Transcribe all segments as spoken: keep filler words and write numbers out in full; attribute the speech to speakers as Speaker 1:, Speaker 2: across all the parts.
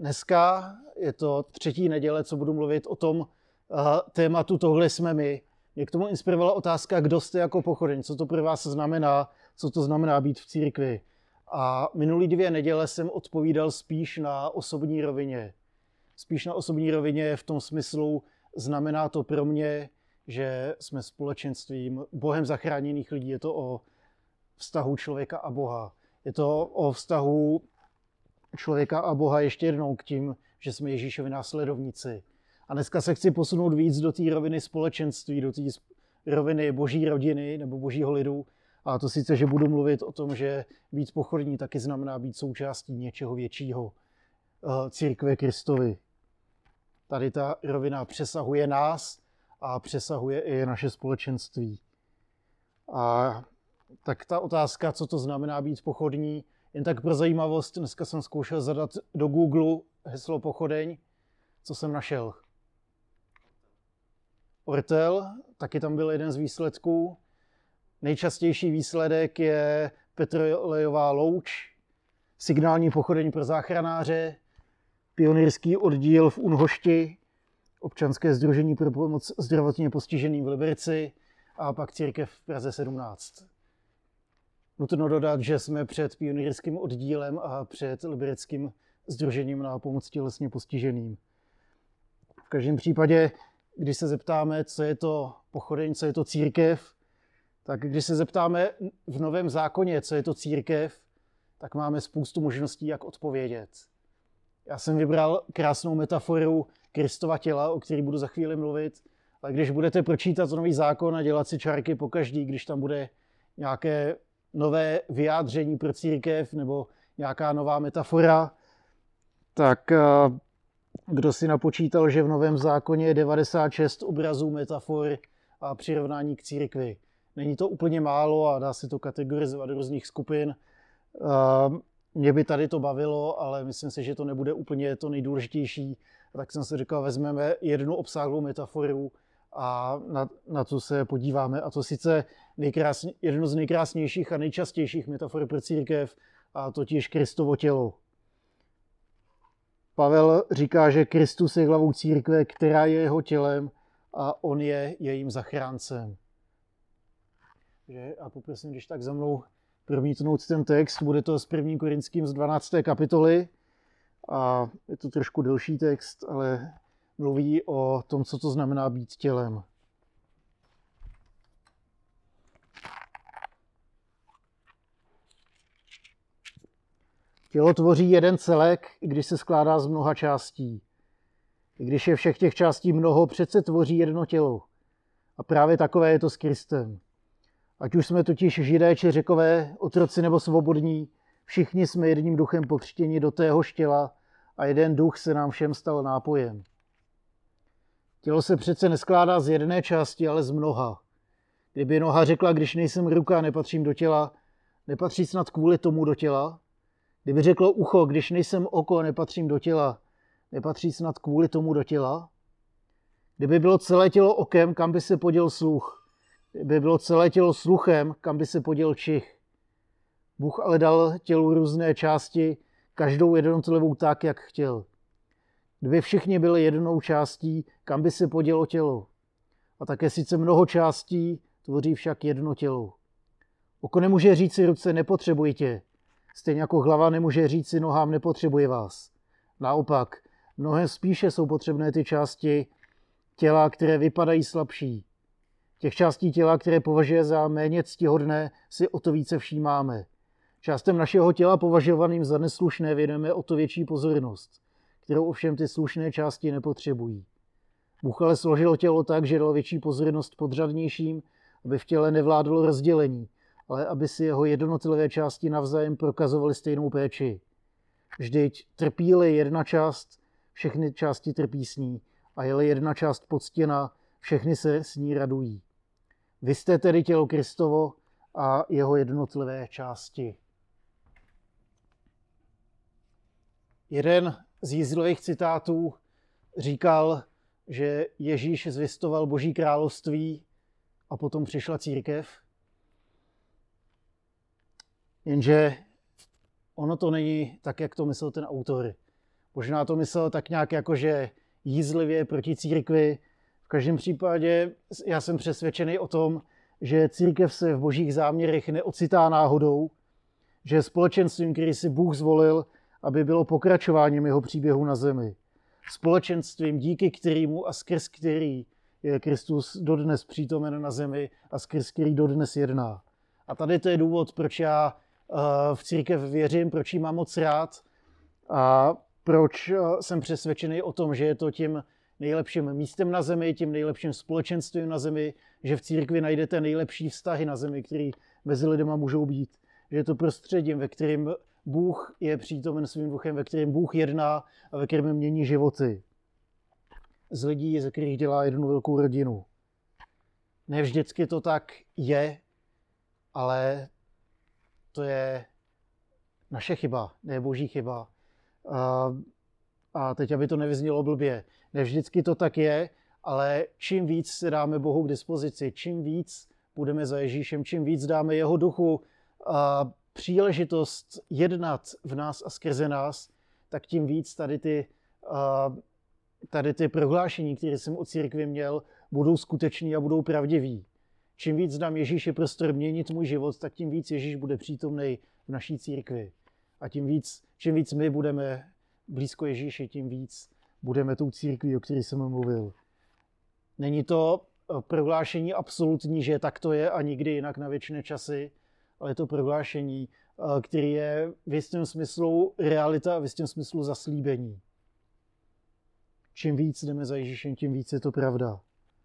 Speaker 1: Dneska je to třetí neděle, co budu mluvit o tom uh, tématu Tohle jsme my. Mě k tomu inspirovala otázka, kdo jste jako pochodeň, co to pro vás znamená, co to znamená být v církvi. A minulý dvě neděle jsem odpovídal spíš na osobní rovině. Spíš na osobní rovině v tom smyslu, znamená to pro mě, že jsme společenstvím Bohem zachráněných lidí. Je to o vztahu člověka a Boha. Je to o vztahu člověka a Boha ještě jednou k tím, že jsme Ježíšovi následovníci. A dneska se chci posunout víc do té roviny společenství, do té roviny boží rodiny nebo božího lidu. A to sice, že budu mluvit o tom, že být pochodní taky znamená být součástí něčeho většího, církve Kristovy. Tady ta rovina přesahuje nás a přesahuje i naše společenství. A tak ta otázka, co to znamená být pochodní, jen tak pro zajímavost, dneska jsem zkoušel zadat do Google heslo pochodeň, co jsem našel. Ortel, taky tam byl jeden z výsledků. Nejčastější výsledek je petrolejová louč, signální pochodeň pro záchranáře, pionýrský oddíl v Unhošti, občanské sdružení pro pomoc zdravotně postiženým v Liberci a pak církev v Praze sedmnáct. Nutno dodat, že jsme před pionýrským oddílem a před libereckým sdružením na pomoc tělesně postiženým. V každém případě, když se zeptáme, co je to pochodeň, co je to církev, tak když se zeptáme v Novém zákoně, co je to církev, tak máme spoustu možností, jak odpovědět. Já jsem vybral krásnou metaforu Kristova těla, o které budu za chvíli mluvit, ale když budete pročítat Nový zákon a dělat si čárky pokaždý, když tam bude nějaké nové vyjádření pro církev nebo nějaká nová metafora, tak kdo si napočítal, že v Novém zákoně je devadesát šest obrazů, metafor a přirovnání k církvi. Není to úplně málo a dá se to kategorizovat do různých skupin. Mě by tady to bavilo, ale myslím si, že to nebude úplně to nejdůležitější. A tak jsem si říkal, vezmeme jednu obsáhlou metaforu a na, na to se podíváme. A to sice nejkrásně, jedno z nejkrásnějších a nejčastějších metafor pro církev, a totiž Kristovo tělo. Pavel říká, že Kristus je hlavou církve, která je jeho tělem a on je jejím zachráncem. A poprosím, když tak za mnou promítnout ten text, bude to z první Korinským z dvanácté kapitoly a je to trošku delší text, ale mluví o tom, co to znamená být tělem. Tělo tvoří jeden celek, i když se skládá z mnoha částí. I když je všech těch částí mnoho, přece tvoří jedno tělo. A právě takové je to s Kristem. Ať už jsme totiž Židé či Řekové, otroci nebo svobodní, všichni jsme jedním duchem pokřtěni do téhož těla a jeden duch se nám všem stal nápojem. Tělo se přece neskládá z jedné části, ale z mnoha. Kdyby noha řekla, když nejsem ruka, nepatřím do těla, nepatří snad kvůli tomu do těla? Kdyby řeklo ucho, když nejsem oko, nepatřím do těla, nepatří snad kvůli tomu do těla? Kdyby bylo celé tělo okem, kam by se poděl sluch? Kdyby bylo celé tělo sluchem, kam by se poděl čich? Bůh ale dal tělu různé části, každou jednotlivou tak, jak chtěl. Kdyby všichni byli jednou částí, kam by se podělo tělo? A také sice mnoho částí, tvoří však jedno tělo. Oko nemůže říci ruce, nepotřebuji tě. Stejně jako hlava nemůže říci nohám, nepotřebuji vás. Naopak, mnohem spíše jsou potřebné ty části těla, které vypadají slabší. Těch částí těla, které považuje za méně ctihodné, si o to více všímáme. Částem našeho těla považovaným za neslušné věnujeme o to větší pozornost, kterou ovšem ty slušné části nepotřebují. Bůh ale složil tělo tak, že dal větší pozornost podřadnějším, aby v těle nevládlo rozdělení, ale aby si jeho jednotlivé části navzájem prokazovaly stejnou péči. Vždyť trpí-li jedna část, všechny části trpí s ní, a je-li jedna část poctěna, všechny se s ní radují. Vy jste tedy tělo Kristovo a jeho jednotlivé části. Jeden z jízdlových citátů říkal, že Ježíš zvěstoval Boží království a potom přišla církev. Jenže ono to není tak, jak to myslel ten autor. Možná to myslel tak nějak jakože jízlivě proti církvi. V každém případě já jsem přesvědčený o tom, že církev se v božích záměrech neocitá náhodou, že je společenstvím, který si Bůh zvolil, aby bylo pokračováním jeho příběhu na zemi. Společenstvím, díky kterému a skrz který je Kristus dodnes přítomen na zemi a skrz který dodnes jedná. A tady to je důvod, proč já v církev věřím, proč ji mám moc rád a proč jsem přesvědčený o tom, že je to tím nejlepším místem na zemi, tím nejlepším společenstvím na zemi, že v církvi najdete nejlepší vztahy na zemi, které mezi lidma můžou být. Že je to prostředím, ve kterém Bůh je přítomen svým duchem, ve kterém Bůh jedná a ve kterém mění životy. Z lidí, ze kterých dělá jednu velkou rodinu. Ne vždycky to tak je, ale to je naše chyba, ne boží chyba. A, a teď, aby to nevyznělo blbě, ne vždycky to tak je, ale čím víc se dáme Bohu k dispozici, čím víc budeme za Ježíšem, čím víc dáme jeho duchu a příležitost jednat v nás a skrze nás, tak tím víc tady ty, a, tady ty prohlášení, které jsem o církvi měl, budou skutečný a budou pravdivý. Čím víc dám Ježíši prostor měnit můj život, tak tím víc Ježíš bude přítomný v naší církvi. A tím víc, čím víc my budeme blízko Ježíši, tím víc budeme tou církví, o které jsem mluvil. Není to prohlášení absolutní, že tak to je a nikdy jinak na věčné časy, ale je to prohlášení, které je v jistém smyslu realita a v jistém smyslu zaslíbení. Čím víc jdeme za Ježíšem, tím víc je to pravda.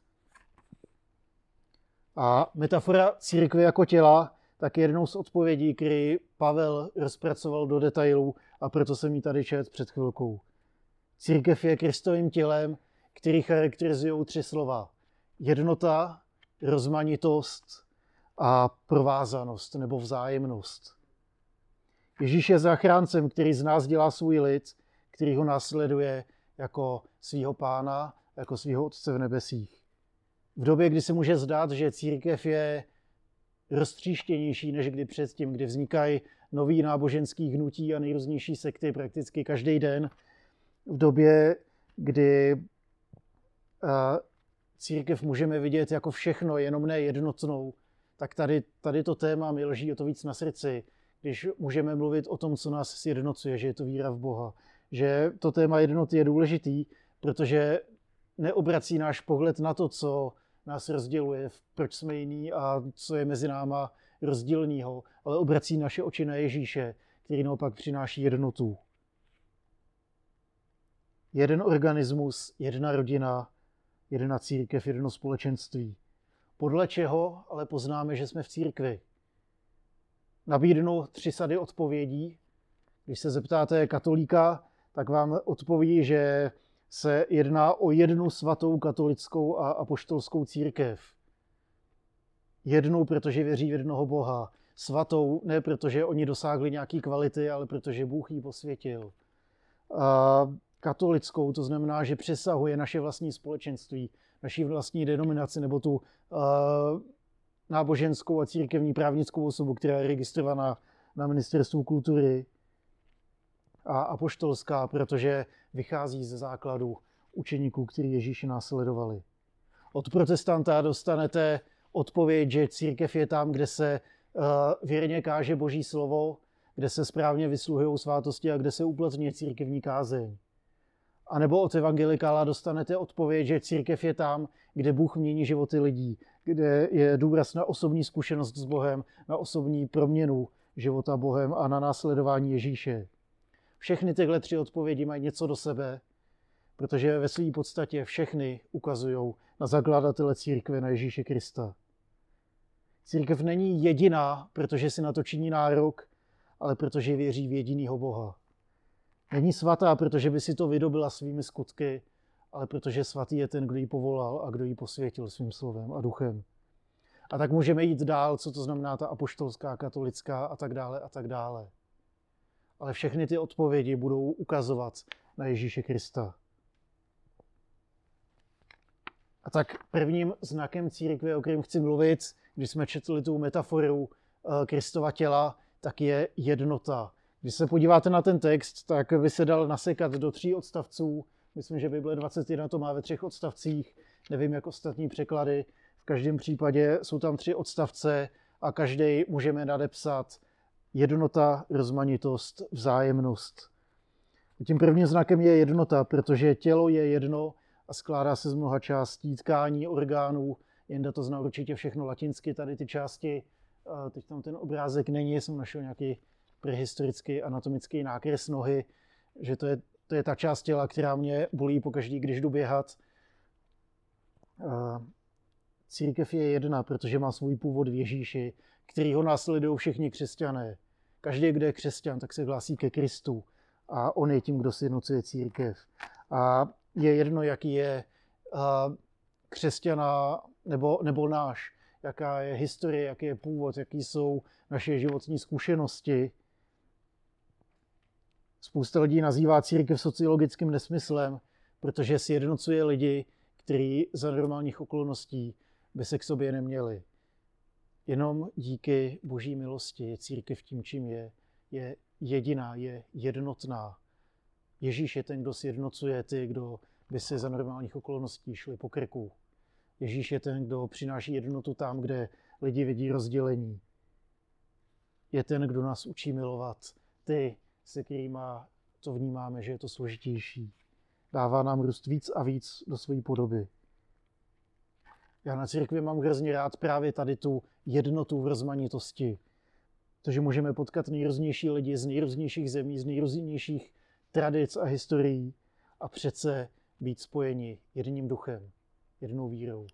Speaker 1: A metafora církve jako těla tak je jednou z odpovědí, který Pavel rozpracoval do detailů a proto jsem ji tady četl před chvilkou. Církev je Kristovým tělem, který charakterizují tři slova. Jednota, rozmanitost a provázanost nebo vzájemnost. Ježíš je záchráncem, který z nás dělá svůj lid, který ho následuje jako svýho pána, jako svýho otce v nebesích. V době, kdy se může zdát, že církev je roztříštěnější než kdy předtím, kdy vznikají nový náboženský hnutí a nejrůznější sekty prakticky každý den, v době, kdy církev můžeme vidět jako všechno, jenom ne jednotnou, tak tady, tady to téma mi leží o to víc na srdci, když můžeme mluvit o tom, co nás sjednocuje, že je to víra v Boha. Že to téma jednoty je důležitý, protože neobrací náš pohled na to, co nás rozděluje, proč jsme jiný a co je mezi náma rozdílného, ale obrací naše oči na Ježíše, který naopak přináší jednotu. Jeden organismus, jedna rodina, jedna církev, jedno společenství. Podle čeho ale poznáme, že jsme v církvi? Nabídnu tři sady odpovědí. Když se zeptáte katolíka, tak vám odpoví, že se jedná o jednu svatou katolickou a apoštolskou církev. Jednou, protože věří v jednoho Boha. Svatou, ne protože oni dosáhli nějaké kvality, ale protože Bůh ji posvětil. A katolickou, to znamená, že přesahuje naše vlastní společenství, naší vlastní denominaci, nebo tu uh, náboženskou a církevní právnickou osobu, která je registrovaná na Ministerstvu kultury. A apoštolská, protože vychází ze základu učeníků, kteří Ježíše následovali. Od protestanta dostanete odpověď, že církev je tam, kde se uh, věrně káže Boží slovo, kde se správně vysluhují svátosti a kde se uplatňuje církevní kázeň. A nebo od evangelikála dostanete odpověď, že církev je tam, kde Bůh mění životy lidí, kde je důraz na osobní zkušenost s Bohem, na osobní proměnu života Bohem a na následování Ježíše. Všechny tyhle tři odpovědi mají něco do sebe, protože ve své podstatě všechny ukazují na zakladatele církve, na Ježíše Krista. Církev není jediná, protože si na to činí nárok, ale protože věří v jedinýho Boha. Není svatá, protože by si to vydobila svými skutky, ale protože svatý je ten, kdo ji povolal a kdo ji posvětil svým slovem a duchem. A tak můžeme jít dál, co to znamená ta apoštolská, katolická a tak dále a tak dále. Ale všechny ty odpovědi budou ukazovat na Ježíše Krista. A tak prvním znakem církve, o kterém chci mluvit, když jsme četli tu metaforu Kristova těla, tak je jednota. Když se podíváte na ten text, tak by se dal nasekat do tří odstavců. Myslím, že Bible dvacet jedna to má ve třech odstavcích. Nevím, jak ostatní překlady. V každém případě jsou tam tři odstavce a každý můžeme nadepsat jednota, rozmanitost, vzájemnost. Tím prvním znakem je jednota, protože tělo je jedno a skládá se z mnoha částí, tkání, orgánů. Jenda to zná určitě všechno latinsky, tady ty části, teď tam ten obrázek není, jsem našel nějaký prehistorický anatomický nákres nohy, že to je, to je ta část těla, která mě bolí pokaždý, když jdu běhat. Církev je jedna, protože má svůj původ v Ježíši, který ho následují všichni křesťané. Každý, kdo je křesťan, tak se hlásí ke Kristu a on je tím, kdo sjednocuje církev. A je jedno, jaký je křesťana nebo, nebo náš, jaká je historie, jaký je původ, jaký jsou naše životní zkušenosti. Spousta lidí nazývá církev sociologickým nesmyslem, protože sjednocuje lidi, kteří za normálních okolností by se k sobě neměli. Jenom díky Boží milosti je církev tím, čím je. Je jediná, je jednotná. Ježíš je ten, kdo sjednocuje ty, kdo by se za normálních okolností šli po krku. Ježíš je ten, kdo přináší jednotu tam, kde lidi vidí rozdělení. Je ten, kdo nás učí milovat ty, se kterými to vnímáme, že je to složitější. Dává nám růst víc a víc do své podoby. Já na církvi mám hrozně rád právě tady tu jednotu v rozmanitosti. To, že můžeme potkat nejrůznější lidi z nejrůznějších zemí, z nejrůznějších tradic a historií a přece být spojeni jedním duchem, jednou vírou.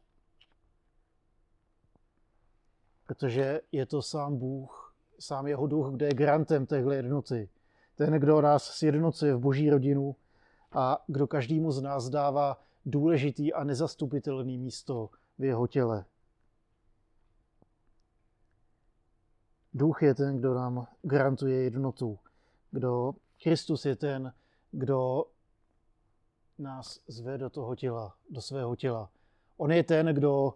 Speaker 1: Protože je to sám Bůh, sám jeho duch, kde je garantem téhle jednoty. Ten, kdo nás sjednocuje v Boží rodinu a kdo každému z nás dává důležitý a nezastupitelný místo v jeho těle. Duch je ten, kdo nám garantuje jednotu. Kdo, Kristus je ten, kdo nás zve do toho těla, do svého těla. On je ten, kdo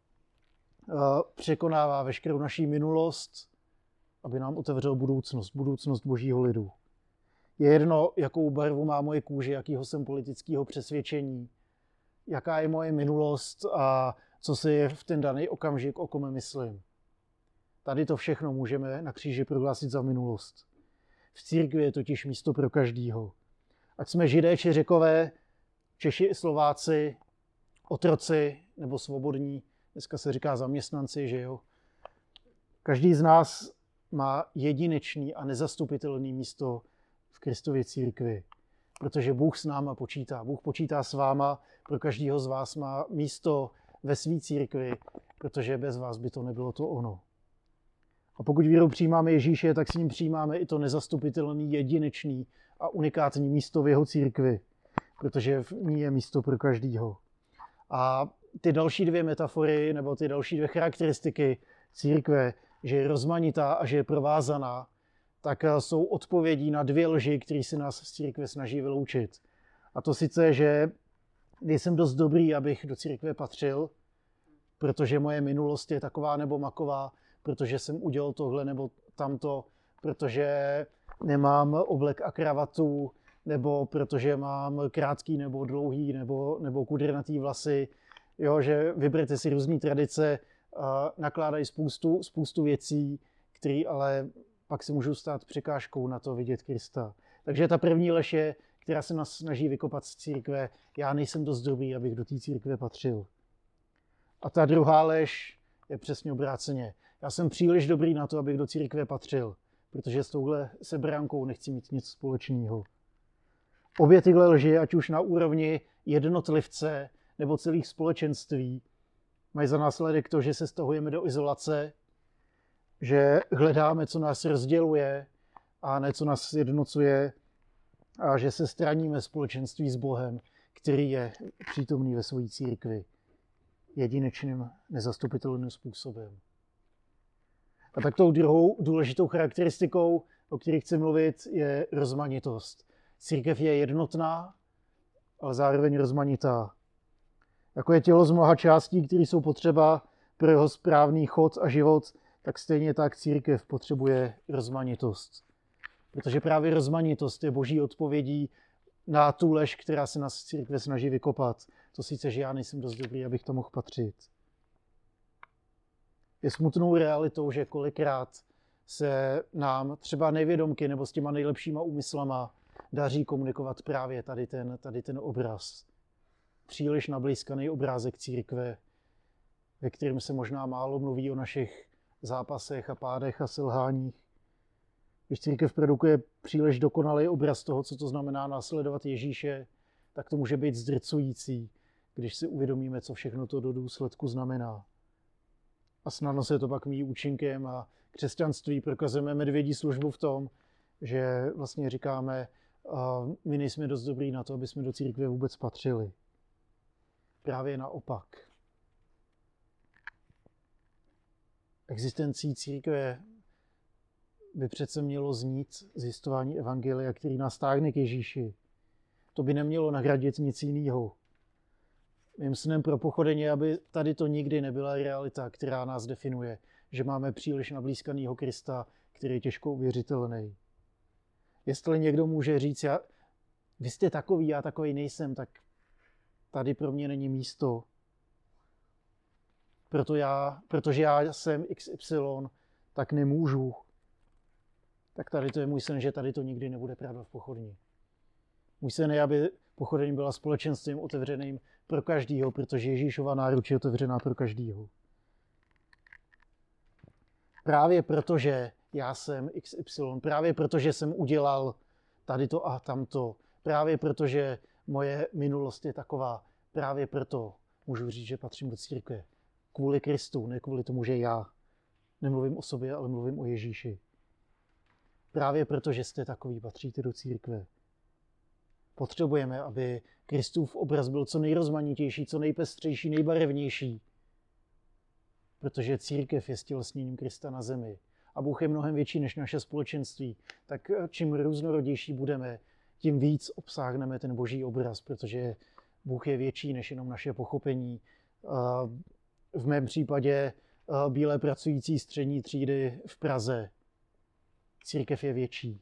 Speaker 1: uh, překonává veškerou naší minulost, aby nám otevřel budoucnost, budoucnost Božího lidu. Je jedno, jakou barvu má moje kůže, jakýho jsem politického přesvědčení, jaká je moje minulost a co si v ten daný okamžik o kom myslím. Tady to všechno můžeme na kříži prohlásit za minulost. V církvi je totiž místo pro každýho. Ať jsme Židé či Řekové, Češi i Slováci, otroci nebo svobodní, dneska se říká zaměstnanci, že jo. Každý z nás má jedinečný a nezastupitelný místo v Kristově církvi, protože Bůh s náma počítá. Bůh počítá s váma, pro každého z vás má místo ve své církvi, protože bez vás by to nebylo to ono. A pokud vírou přijímáme Ježíše, tak s ním přijímáme i to nezastupitelný, jedinečný a unikátní místo v jeho církvi, protože v ní je místo pro každýho. A ty další dvě metafory, nebo ty další dvě charakteristiky církve, že je rozmanitá a že je provázaná, tak jsou odpovědí na dvě lži, které se nás z církve snaží vyloučit. A to sice, že nejsem dost dobrý, abych do církve patřil, protože moje minulost je taková nebo maková, protože jsem udělal tohle nebo tamto, protože nemám oblek a kravatu, nebo protože mám krátký nebo dlouhý, nebo, nebo kudrnatý vlasy. Jo, že vyberte si různý tradice, nakládají spoustu, spoustu věcí, které ale pak si můžou stát překážkou na to vidět Krista. Takže ta první lež je, která se nás snaží vykopat z církve, já nejsem dost dobrý, abych do té církve patřil. A ta druhá lež je přesně obráceně. Já jsem příliš dobrý na to, abych do církve patřil, protože s touhle sebránkou nechci mít nic společného. Obě tyhle lži, ať už na úrovni jednotlivce nebo celých společenství, mají za následek to, že se stahujeme do izolace, že hledáme, co nás rozděluje a ne, co nás jednocuje a že se straníme společenství s Bohem, který je přítomný ve své církvi jedinečným, nezastupitelným způsobem. A tak tou druhou důležitou charakteristikou, o které chci mluvit, je rozmanitost. Církev je jednotná, ale zároveň rozmanitá. Jako je tělo z mnoha částí, které jsou potřeba pro jeho správný chod a život, tak stejně tak církev potřebuje rozmanitost. Protože právě rozmanitost je boží odpovědí na tu lež, která se nás církve snaží vykopat. To sice, že já nejsem dost dobrý, abych to mohl patřit. Je smutnou realitou, že kolikrát se nám třeba nevědomky nebo s těma nejlepšíma úmyslama daří komunikovat právě tady ten, tady ten obraz. Příliš nablízkaný obrázek církve, ve kterém se možná málo mluví o našich zápasech a pádech a selháních. Když církev produkuje příliš dokonalý obraz toho, co to znamená následovat Ježíše, tak to může být zdrcující, když si uvědomíme, co všechno to do důsledku znamená. A snadno se to pak míjí účinkem a křesťanství prokazujeme medvědí službu v tom, že vlastně říkáme, my nejsme dost dobrý na to, aby jsme do církve vůbec patřili. Právě naopak. Existencí církve by přece mělo znít zjistování evangelia, který nás táhne k Ježíši. To by nemělo nahradit nic jiného. Mým snem pro pochodeň je, aby tady to nikdy nebyla realita, která nás definuje, že máme příliš nablízkanýho Krista, který je těžko uvěřitelný. Jestli někdo může říct, já, vy jste takový, já takový nejsem, tak tady pro mě není místo. Proto já, protože já jsem iks ypsilon, tak nemůžu. Tak tady to je můj sen, že tady to nikdy nebude pravda v pochodni. Můj sen je, aby pochodeň byla společenstvím otevřeným pro každýho, protože Ježíšova náruč je otevřená pro každýho. Právě protože já jsem iks ypsilon, právě protože jsem udělal tady to a tamto, právě protože moje minulost je taková, právě proto můžu říct, že patřím do církve. Kvůli Kristu, ne kvůli tomu, že já. Nemluvím o sobě, ale mluvím o Ježíši. Právě proto, že jste takový, patříte do církve. Potřebujeme, aby Kristův obraz byl co nejrozmanitější, co nejpestřejší, nejbarevnější. Protože církev je stělesněním Krista na zemi. A Bůh je mnohem větší než naše společenství. Tak čím různorodější budeme, tím víc obsáhneme ten boží obraz, protože Bůh je větší než jenom naše pochopení. V mém případě bílé pracující střední třídy v Praze. Církev je větší.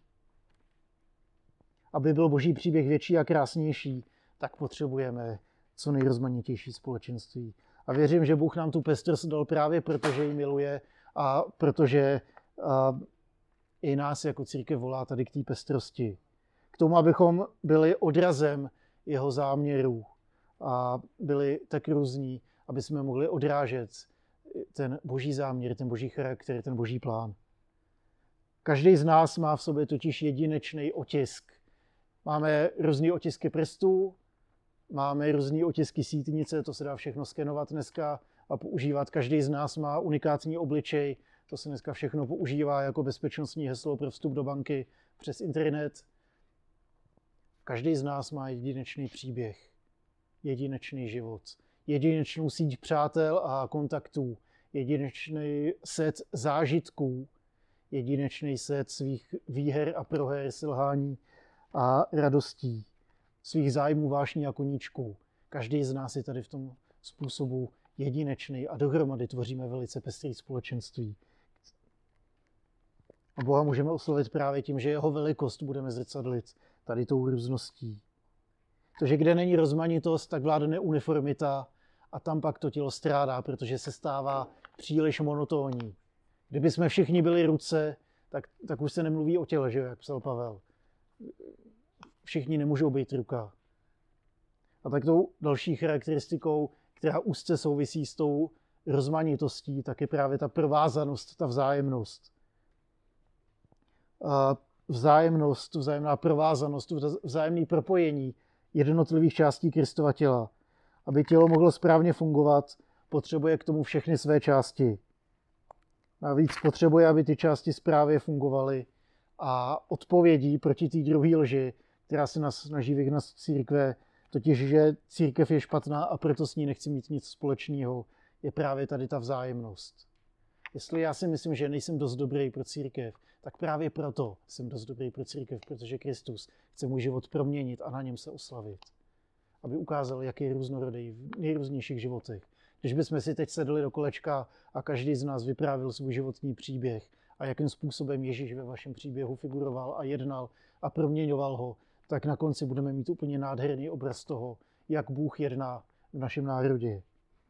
Speaker 1: Aby byl boží příběh větší a krásnější, tak potřebujeme co nejrozmanitější společenství. A věřím, že Bůh nám tu pestrost dal právě proto, že ji miluje a protože a, i nás jako církev volá tady k té pestrosti. K tomu, abychom byli odrazem jeho záměrů a byli tak různí, aby jsme mohli odrážet ten boží záměr, ten boží charakter, ten boží plán. Každý z nás má v sobě totiž jedinečný otisk. Máme různý otisky prstů, máme různý otisky sítnice, to se dá všechno skenovat dneska a používat. Každý z nás má unikátní obličej, to se dneska všechno používá jako bezpečnostní heslo pro vstup do banky přes internet. Každý z nás má jedinečný příběh, jedinečný život, jedinečnou síť přátel a kontaktů, jedinečný set zážitků, jedinečný set svých výher a proher, selhání a radostí, svých zájmů, vášní a koníčků. Každý z nás je tady v tom způsobu jedinečný a dohromady tvoříme velice pestrý společenství. A Boha můžeme oslovit právě tím, že jeho velikost budeme zrcadlit tady tou růzností. Protože kde není rozmanitost, tak vládne uniformita a tam pak to tělo strádá, protože se stává příliš monotónní. Kdyby jsme všichni byli ruce, tak, tak už se nemluví o těle, že, jak psal Pavel. Všichni nemůžou být ruka. A tak tou další charakteristikou, která úzce souvisí s tou rozmanitostí, tak je právě ta provázanost, ta vzájemnost. A vzájemnost, vzájemná provázanost, vzájemné propojení jednotlivých částí Kristova těla. Aby tělo mohlo správně fungovat, potřebuje k tomu všechny své části. Navíc potřebuje, aby ty části správně fungovaly a odpovědí proti té druhé lži, která se nás snaží vyhnat z církve, totiž, že církev je špatná a proto s ní nechci mít nic společného, je právě tady ta vzájemnost. Jestli já si myslím, že nejsem dost dobrý pro církev, tak právě proto jsem dost dobrý pro církev, protože Kristus chce můj život proměnit a na něm se oslavit. Aby ukázal, jak je různorodý v nejrůznějších životech. Když bychom si teď sedli do kolečka a každý z nás vyprávěl svůj životní příběh a jakým způsobem Ježíš ve vašem příběhu figuroval a jednal a proměňoval ho, tak na konci budeme mít úplně nádherný obraz toho, jak Bůh jedná v našem národě.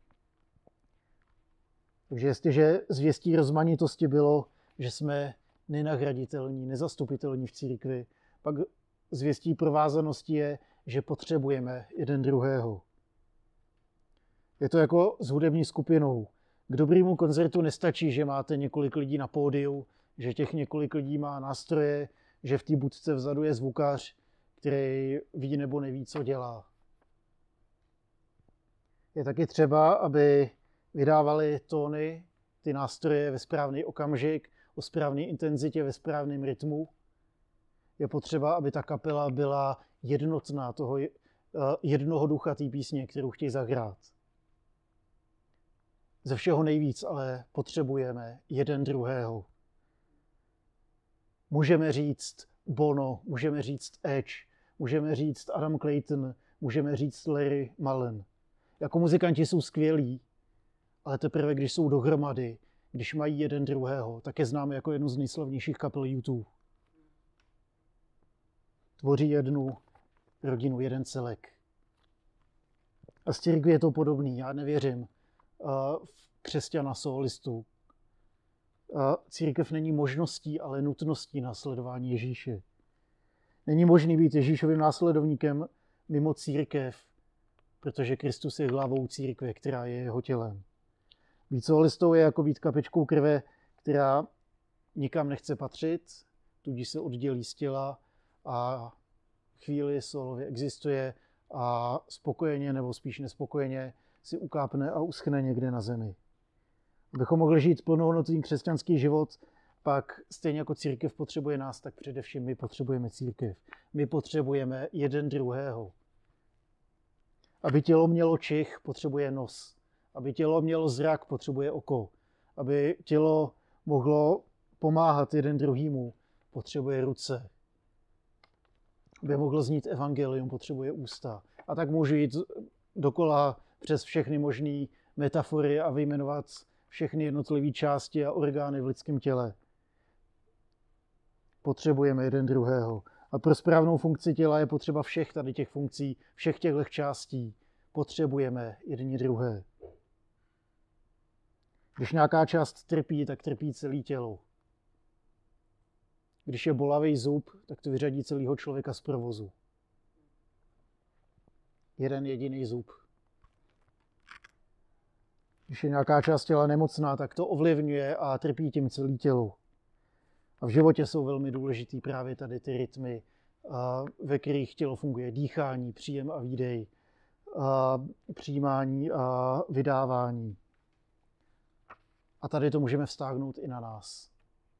Speaker 1: Takže jestliže zvěstí rozmanitosti bylo, že jsme nenahraditelní, nezastupitelní v církvi, pak zvěstí provázanosti je, že potřebujeme jeden druhého. Je to jako s hudební skupinou. K dobrému koncertu nestačí, že máte několik lidí na pódiu, že těch několik lidí má nástroje, že v té budce vzadu je zvukař, který ví nebo neví, co dělá. Je taky třeba, aby vydávali tóny, ty nástroje ve správný okamžik, o správné intenzitě, ve správném rytmu. Je potřeba, aby ta kapela byla jednotná, toho jednoho ducha té písně, kterou chtějí zahrát. Ze všeho nejvíc ale potřebujeme jeden druhého. Můžeme říct Bono, můžeme říct Edge, můžeme říct Adam Clayton, můžeme říct Larry Mullen. Jako muzikanti jsou skvělí, ale teprve, když jsou dohromady, když mají jeden druhého, tak je známe jako jednu z nejslavnějších kapel U dva. Tvoří jednu rodinu, jeden celek. A z církví je to podobný, já nevěřím v křesťana solistu. Církev není možností, ale nutností následování Ježíše. Není možný být Ježíšovým následovníkem mimo církev, protože Kristus je hlavou církve, která je jeho tělem. Být solistou je jako být kapičkou krve, která nikam nechce patřit, tudíž se oddělí z těla a chvíli solově existuje a spokojeně nebo spíš nespokojeně si ukápne a uschne někde na zemi. Abychom mohli žít plnohodnotný křesťanský život, pak stejně jako církev potřebuje nás, tak především my potřebujeme církev. My potřebujeme jeden druhého. Aby tělo mělo čich, potřebuje nos. Aby tělo mělo zrak, potřebuje oko. Aby tělo mohlo pomáhat jeden druhýmu, potřebuje ruce. Aby mohlo znít evangelium, potřebuje ústa. A tak můžu jít dokola přes všechny možné metafory a vyjmenovat všechny jednotlivé části a orgány v lidském těle. Potřebujeme jeden druhého. A pro správnou funkci těla je potřeba všech tady těch funkcí, všech těchto částí. Potřebujeme jedni druhé. Když nějaká část trpí, tak trpí celé tělo. Když je bolavý zub, tak to vyřadí celého člověka z provozu. Jeden jediný zub. Když je nějaká část těla nemocná, tak to ovlivňuje a trpí tím celé tělo. A v životě jsou velmi důležitý právě tady ty rytmy, ve kterých tělo funguje. Dýchání, příjem a výdej, přijímání a vydávání. A tady to můžeme vztáhnout i na nás.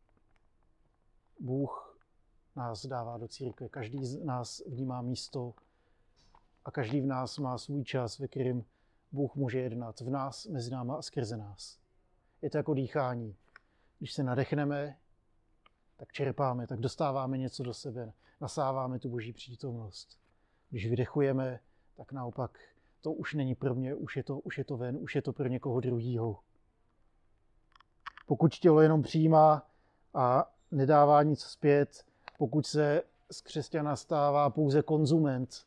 Speaker 1: Bůh nás dává do církve. Každý z nás vnímá místo a každý v nás má svůj čas, ve kterém Bůh může jednat v nás, mezi náma a skrze nás. Je to jako dýchání. Když se nadechneme, tak čerpáme, tak dostáváme něco do sebe, nasáváme tu Boží přítomnost. Když vydechujeme, tak naopak to už není pro mě, už je to, už je to ven, už je to pro někoho druhýho. Pokud tělo jenom přijímá a nedává nic zpět, pokud se z křesťana stává pouze konzument,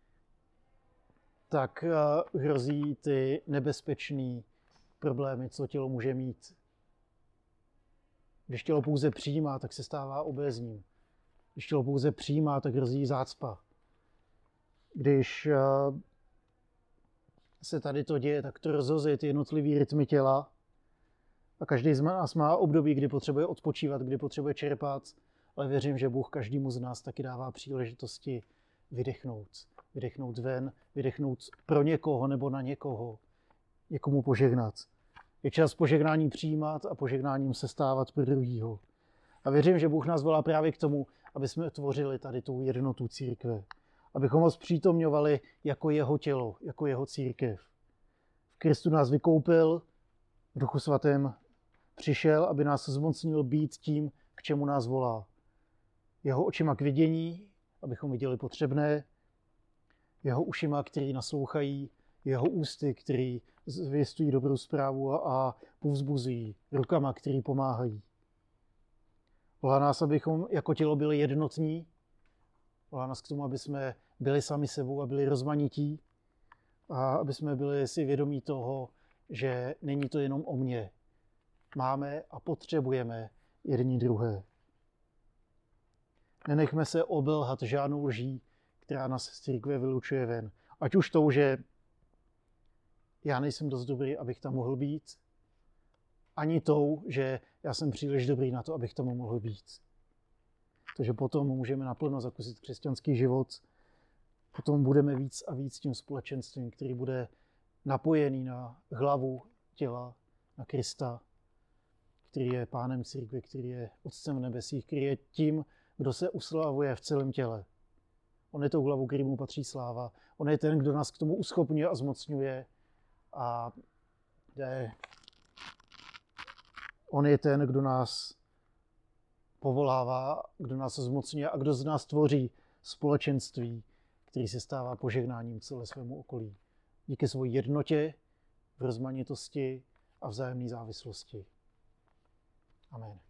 Speaker 1: tak hrozí ty nebezpečné problémy, co tělo může mít. Když tělo pouze přijímá, tak se stává obézním. Když tělo pouze přijímá, tak hrozí zácpa. Když se tady to děje, tak to rozhozuje ty jednotlivý rytmy těla. A každý z nás má období, kdy potřebuje odpočívat, kdy potřebuje čerpat, ale věřím, že Bůh každému z nás taky dává příležitosti vydechnout. Vydechnout ven, vydechnout pro někoho nebo na někoho, někomu požehnat. Je čas požehnání přijímat a požehnáním se stávat pro druhýho. A věřím, že Bůh nás volá právě k tomu, aby jsme tvořili tady tu jednotu církve. Abychom ho zpřítomňovali jako jeho tělo, jako jeho církev. V Kristu nás vykoupil, v Duchu svatém přišel, aby nás zmocnil být tím, k čemu nás volá. Jeho očima k vidění, abychom viděli potřebné, jeho ušima, který naslouchají, jeho ústy, který zvěstují dobrou zprávu a povzbuzují, rukama, který pomáhají. Volá nás, abychom jako tělo byli jednotní. Volá nás k tomu, aby jsme byli sami sebou a byli rozmanití. A aby jsme byli si vědomí toho, že není to jenom o mně. Máme a potřebujeme jedni druhé. Nenechme se obelhat žádnou lží, která nás z církve vylučuje ven. Ať už tou, že já nejsem dost dobrý, abych tam mohl být, ani tou, že já jsem příliš dobrý na to, abych tam mohl být. Takže potom můžeme naplno zakusit křesťanský život, potom budeme víc a víc tím společenstvím, který bude napojený na hlavu těla, na Krista, který je pánem církve, který je otcem v nebesích, který je tím, kdo se uslavuje v celém těle. On je tou hlavou, který mu patří sláva. On je ten, kdo nás k tomu uschopňuje a zmocňuje. A je, on je ten, kdo nás povolává, kdo nás zmocňuje a kdo z nás tvoří společenství, který se stává požehnáním celé svému okolí. Díky své jednotě, v rozmanitosti a vzájemné závislosti. Amen.